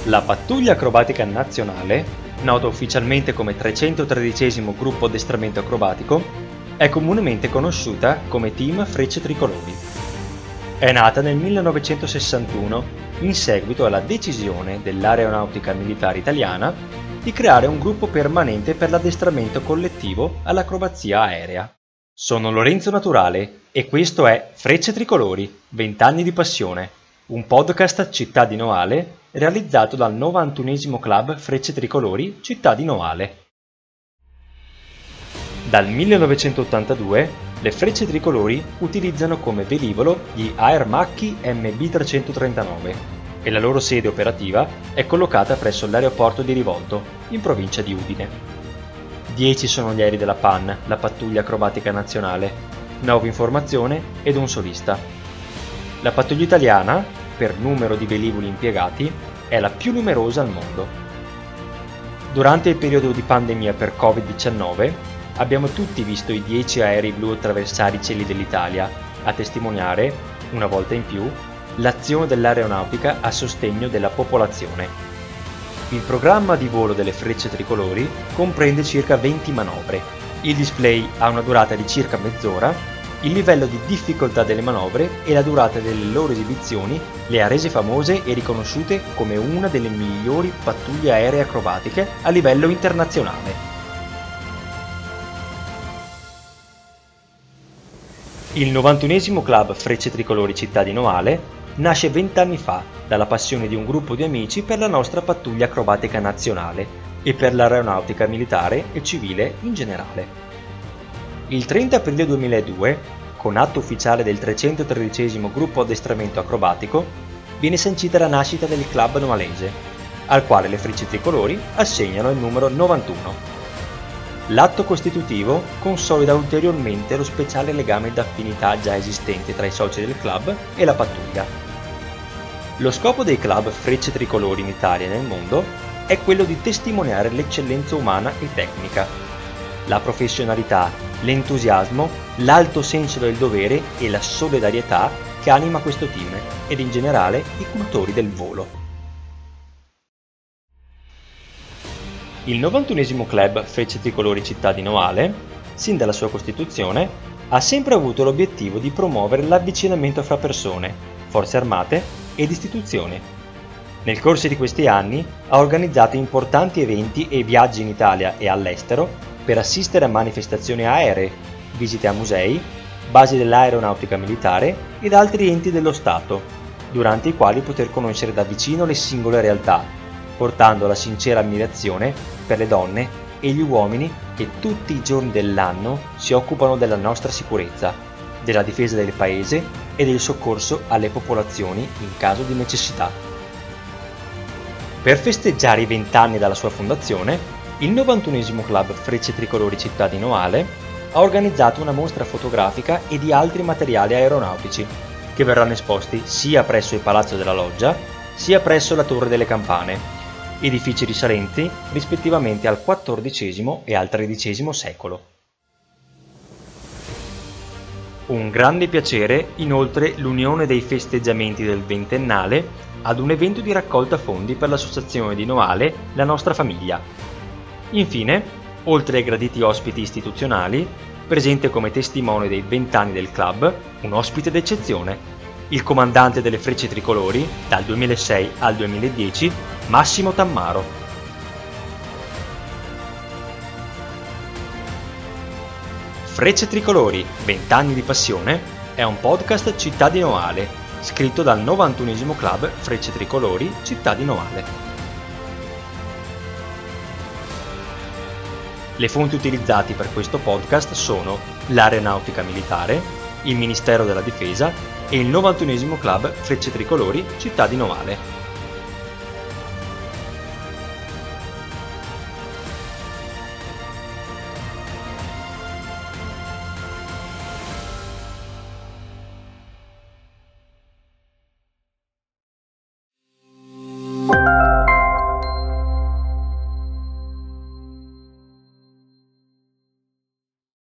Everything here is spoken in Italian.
La Pattuglia Acrobatica Nazionale, nota ufficialmente come 313° Gruppo Addestramento Acrobatico, è comunemente conosciuta come Team Frecce Tricolori. È nata nel 1961 in seguito alla decisione dell'Aeronautica Militare Italiana di creare un gruppo permanente per l'addestramento collettivo all'acrobazia aerea. Sono Lorenzo Naturale e questo è Frecce Tricolori, 20 anni di passione, un podcast Città di Noale realizzato dal 91° Club Frecce Tricolori Città di Noale. Dal 1982 le Frecce Tricolori utilizzano come velivolo gli Air Macchi MB339 e la loro sede operativa è collocata presso l'aeroporto di Rivolto, in provincia di Udine. 10 sono gli aerei della PAN, la Pattuglia Acrobatica Nazionale, 9 in formazione ed un solista. La pattuglia italiana, per numero di velivoli impiegati, è la più numerosa al mondo. Durante il periodo di pandemia per Covid-19 abbiamo tutti visto i 10 aerei blu attraversare i cieli dell'Italia, a testimoniare, una volta in più, l'azione dell'aeronautica a sostegno della popolazione. Il programma di volo delle Frecce Tricolori comprende circa 20 manovre. Il display ha una durata di circa mezz'ora. Il livello di difficoltà delle manovre e la durata delle loro esibizioni le ha rese famose e riconosciute come una delle migliori pattuglie aeree acrobatiche a livello internazionale. Il 91° Club Frecce Tricolori Città di Noale nasce 20 anni fa dalla passione di un gruppo di amici per la nostra pattuglia acrobatica nazionale e per l'aeronautica militare e civile in generale. Il 30 aprile 2002, con atto ufficiale del 313° Gruppo Addestramento Acrobatico, viene sancita la nascita del club noalese, al quale le Frecce Tricolori assegnano il numero 91. L'atto costitutivo consolida ulteriormente lo speciale legame d'affinità già esistente tra i soci del club e la pattuglia. Lo scopo dei club Frecce Tricolori in Italia e nel mondo è quello di testimoniare l'eccellenza umana e tecnica, la professionalità, l'entusiasmo, l'alto senso del dovere e la solidarietà che anima questo team ed in generale i cultori del volo. Il 91° Club Frecce Tricolori Città di Noale, sin dalla sua costituzione, ha sempre avuto l'obiettivo di promuovere l'avvicinamento fra persone, forze armate ed istituzioni. Nel corso di questi anni ha organizzato importanti eventi e viaggi in Italia e all'estero per assistere a manifestazioni aeree, visite a musei, basi dell'aeronautica militare ed altri enti dello Stato, durante i quali poter conoscere da vicino le singole realtà, portando la sincera ammirazione per le donne e gli uomini che tutti i giorni dell'anno si occupano della nostra sicurezza, della difesa del paese e del soccorso alle popolazioni in caso di necessità. Per festeggiare i 20 anni dalla sua fondazione, il 91° Club Frecce Tricolori Città di Noale ha organizzato una mostra fotografica e di altri materiali aeronautici, che verranno esposti sia presso il Palazzo della Loggia, sia presso la Torre delle Campane, edifici risalenti rispettivamente al XIV e al XIII secolo. Un grande piacere, inoltre, l'unione dei festeggiamenti del ventennale ad un evento di raccolta fondi per l'associazione di Noale La Nostra Famiglia. Infine, oltre ai graditi ospiti istituzionali, presente come testimone dei 20 anni del club, un ospite d'eccezione, il comandante delle Frecce Tricolori, dal 2006 al 2010, Massimo Tammaro. Frecce Tricolori, 20 anni di passione, è un podcast Città di Noale, scritto dal 91° Club Frecce Tricolori Città di Noale. Le fonti utilizzate per questo podcast sono l'Aeronautica Militare, il Ministero della Difesa e il 91° Club Frecce Tricolori Città di Noale.